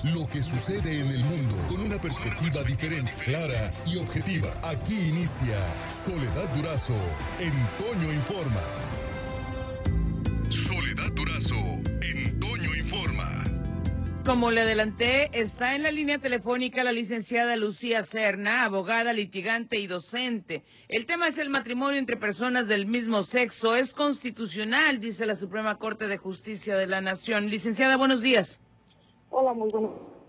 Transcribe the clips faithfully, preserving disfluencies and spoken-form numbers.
lo que sucede en el mundo con una perspectiva diferente, clara y objetiva. Aquí inicia Soledad Durazo en Toño Informa. Soledad Durazo en Toño Informa. Como le adelanté, está en la línea telefónica la licenciada Lucía Serna, abogada, litigante y docente. El tema es el matrimonio entre personas del mismo sexo. Es constitucional, dice la Suprema Corte de Justicia de la Nación. Licenciada, buenos días. Hola, muy buenos.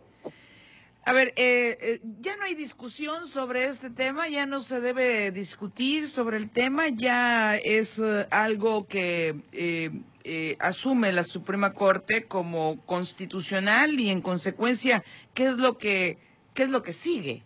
A ver, eh, eh, ya no hay discusión sobre este tema, ya no se debe discutir sobre el tema, ya es eh, algo que eh, eh, asume la Suprema Corte como constitucional y en consecuencia, ¿qué es lo que, qué es lo que sigue?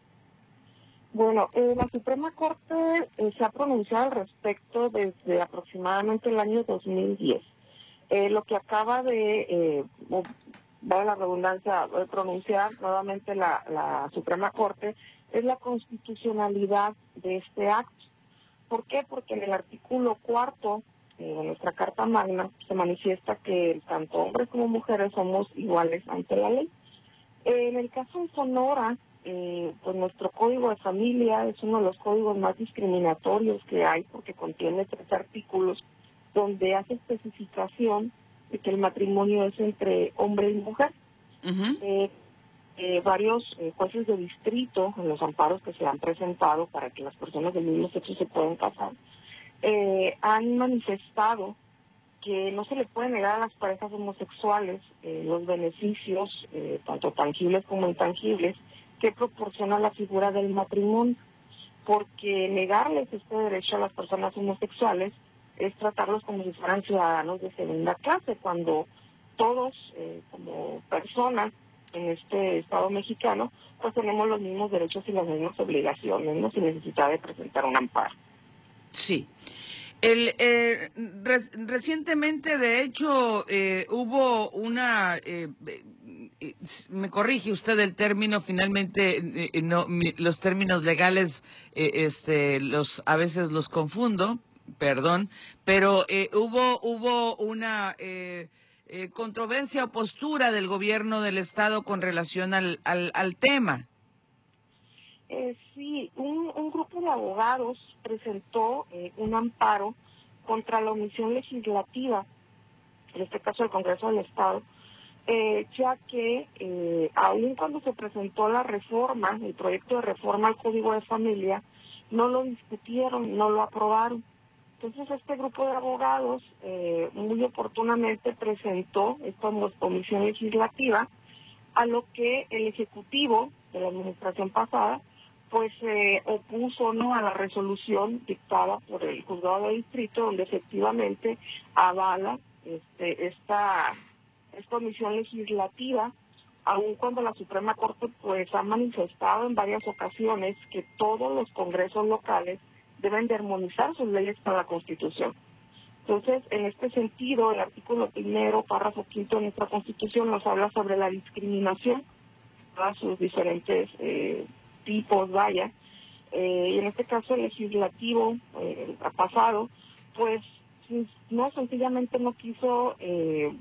Bueno, eh, la Suprema Corte eh, se ha pronunciado al respecto desde aproximadamente el año dos mil diez. Eh, lo que acaba de, eh, vale la redundancia, de pronunciar nuevamente la, la Suprema Corte es la constitucionalidad de este acto. ¿Por qué? Porque en el artículo cuarto eh, de nuestra Carta Magna se manifiesta que tanto hombres como mujeres somos iguales ante la ley. Eh, en el caso de Sonora, eh, pues nuestro Código de Familia es uno de los códigos más discriminatorios que hay porque contiene tres artículos donde hace especificación de que el matrimonio es entre hombre y mujer. Uh-huh. Eh, eh, varios eh, jueces de distrito, en los amparos que se han presentado para que las personas del mismo sexo se puedan casar, eh, han manifestado que no se le puede negar a las parejas homosexuales eh, los beneficios, eh, tanto tangibles como intangibles, que proporciona la figura del matrimonio, porque negarles este derecho a las personas homosexuales es tratarlos como si fueran ciudadanos de segunda clase, cuando todos, eh, como personas en este Estado mexicano, pues tenemos los mismos derechos y las mismas obligaciones, ¿no? Sin necesidad de presentar un amparo. Sí. El, eh, re recientemente, de hecho, eh, hubo una, eh, eh, me corrige usted el término, finalmente, eh, no, mi, los términos legales, eh, este, los a veces los confundo, perdón, pero eh, hubo, hubo una eh, eh, controversia o postura del gobierno del estado con relación al, al, al tema. Eh, sí, un, un grupo de abogados presentó eh, un amparo contra la omisión legislativa, en este caso el Congreso del Estado, eh, ya que eh, aun cuando se presentó la reforma, el proyecto de reforma al Código de Familia, no lo discutieron, no lo aprobaron. Entonces este grupo de abogados eh, muy oportunamente presentó esta omisión legislativa, a lo que el Ejecutivo de la administración pasada pues eh, opuso no a la resolución dictada por el juzgado de distrito, donde efectivamente avala este, esta, esta omisión legislativa, aun cuando la Suprema Corte pues ha manifestado en varias ocasiones que todos los congresos locales deben de armonizar sus leyes con la Constitución. Entonces, en este sentido, el artículo primero, párrafo quinto de nuestra Constitución nos habla sobre la discriminación, todas sus diferentes eh, tipos, vaya, eh, y en este caso el legislativo eh, pasado, pues no, sencillamente no quiso eh,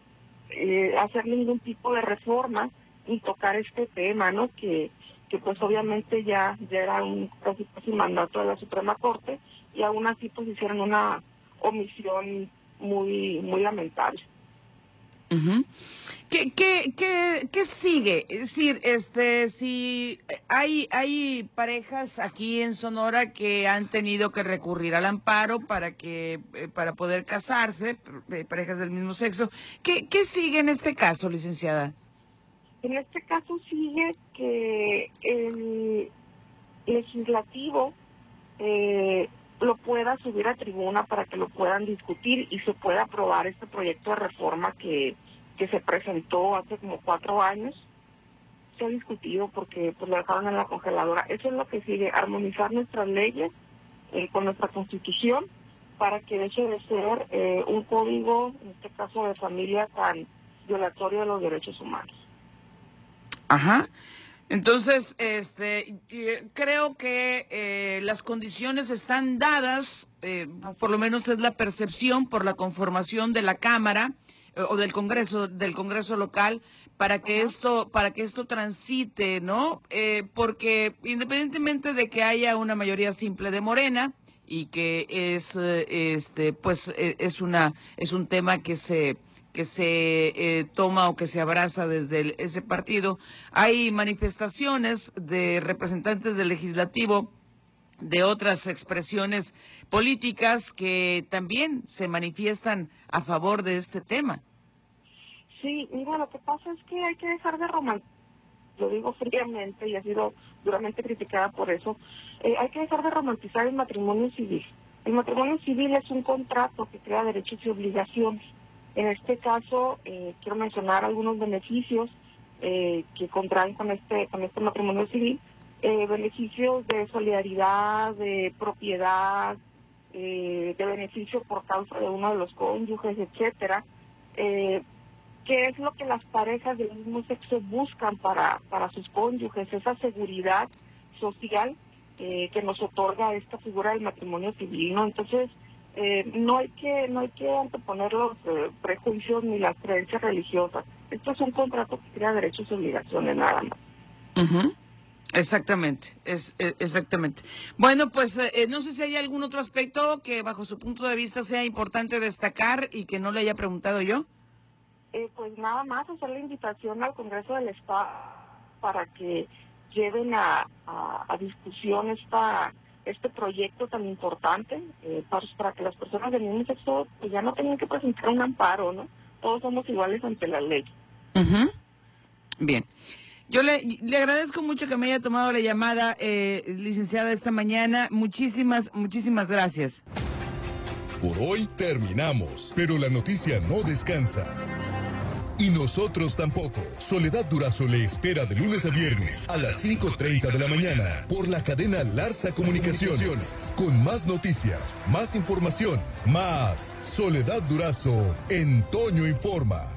eh, hacer ningún tipo de reforma ni tocar este tema, ¿no? Que, que pues obviamente ya, ya era un casi, casi mandato de la Suprema Corte, y aún así pues hicieron una omisión muy, muy lamentable. Uh-huh. ¿Qué, qué, qué, qué sigue? Es decir, este, si hay, hay parejas aquí en Sonora que han tenido que recurrir al amparo para que, eh, para poder casarse, eh, parejas del mismo sexo. ¿Qué, qué sigue en este caso, licenciada? En este caso sigue que el legislativo eh, lo pueda subir a tribuna para que lo puedan discutir y se pueda aprobar este proyecto de reforma que, que se presentó hace como cuatro años. Se ha discutido porque pues lo dejaron en la congeladora. Eso es lo que sigue, armonizar nuestras leyes eh, con nuestra Constitución para que deje de ser eh, un código, en este caso de familia, tan violatorio de los derechos humanos. Ajá. Entonces, este, creo que eh, las condiciones están dadas, eh, por lo menos es la percepción por la conformación de la Cámara, o del Congreso, del Congreso local, para que esto, para que esto transite, ¿no? Eh, porque independientemente de que haya una mayoría simple de Morena y que es, eh, este, pues, eh, es una, es un tema que se que se eh, toma o que se abraza desde el, ese partido, hay manifestaciones de representantes del legislativo de otras expresiones políticas que también se manifiestan a favor de este tema. Sí, mira, lo que pasa es que hay que dejar de romantizar, lo digo fríamente y ha sido duramente criticada por eso, eh, hay que dejar de romantizar el matrimonio civil. El matrimonio civil es un contrato que crea derechos y obligaciones. En este caso, eh, quiero mencionar algunos beneficios eh, que contraen con este, con este matrimonio civil, eh, beneficios de solidaridad, de propiedad, eh, de beneficio por causa de uno de los cónyuges, etcétera. Eh, ¿Qué es lo que las parejas del mismo sexo buscan para, para sus cónyuges? Esa seguridad social eh, que nos otorga esta figura del matrimonio civil, ¿no? Entonces, Eh, no hay que no hay que anteponer los eh, prejuicios ni las creencias religiosas. Esto es un contrato que crea derechos y obligaciones nada más. Uh-huh. Exactamente, es, es exactamente. Bueno, pues eh, no sé si hay algún otro aspecto que bajo su punto de vista sea importante destacar y que no le haya preguntado yo. Eh, pues nada más hacer la invitación al Congreso del Estado para que lleven a, a, a discusión esta este proyecto tan importante eh, para, para que las personas del mismo sexo pues ya no tengan que presentar un amparo, ¿no? Todos somos iguales ante la ley. Uh-huh. Bien. Yo le, le agradezco mucho que me haya tomado la llamada, eh, licenciada, esta mañana. Muchísimas, muchísimas gracias. Por hoy terminamos, pero la noticia no descansa. Y nosotros tampoco. Soledad Durazo le espera de lunes a viernes a las cinco treinta de la mañana por la cadena Larsa Comunicaciones. Con más noticias, más información, más Soledad Durazo en Toño Informa.